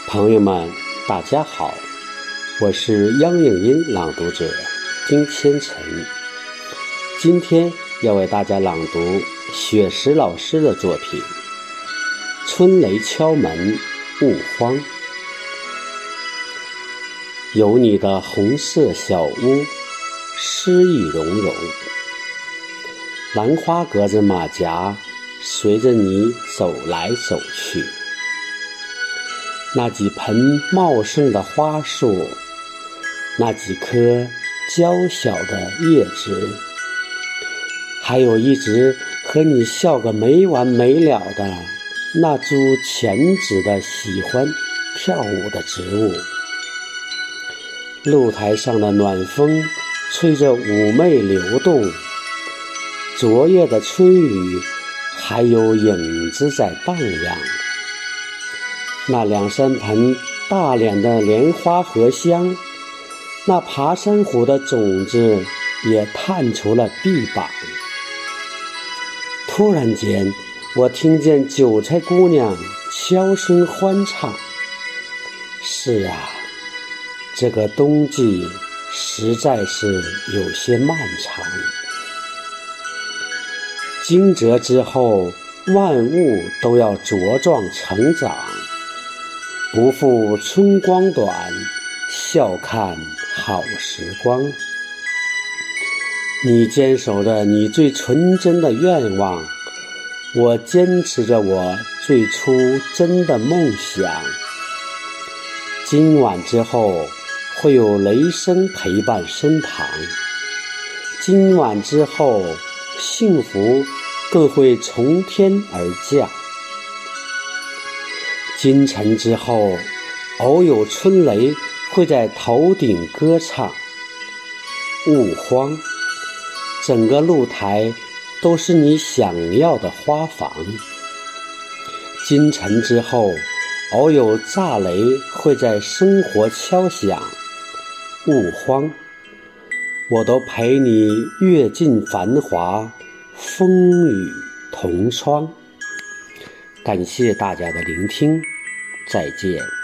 朋友们，大家好，我是央影音朗读者丁千晨。今天要为大家朗读雪石老师的作品《春雷敲门勿慌》。有你的红色小屋，诗意融融，兰花格子马甲随着你走来走去。那几盆茂盛的花树，那几颗娇小的叶子，还有一直和你笑个没完没了的那株浅紫的喜欢跳舞的植物。露台上的暖风吹着妩媚流动，昨夜的春雨还有影子在荡漾。那两三盆大脸的莲花荷香，那爬山虎的种子也探出了臂膀。突然间，我听见韭菜姑娘悄声欢唱。是啊，这个冬季实在是有些漫长。惊蛰之后，万物都要茁壮成长。不负春光短，笑看好时光。你坚守着你最纯真的愿望，我坚持着我最初真的梦想。今晚之后会有雷声陪伴身旁，今晚之后幸福更会从天而降。今晨之后，偶有春雷会在头顶歌唱。勿慌，整个露台都是你想要的花房。今晨之后，偶有炸雷会在生活敲响。勿慌，我都陪你阅尽繁华，风雨同窗。感谢大家的聆听，再见。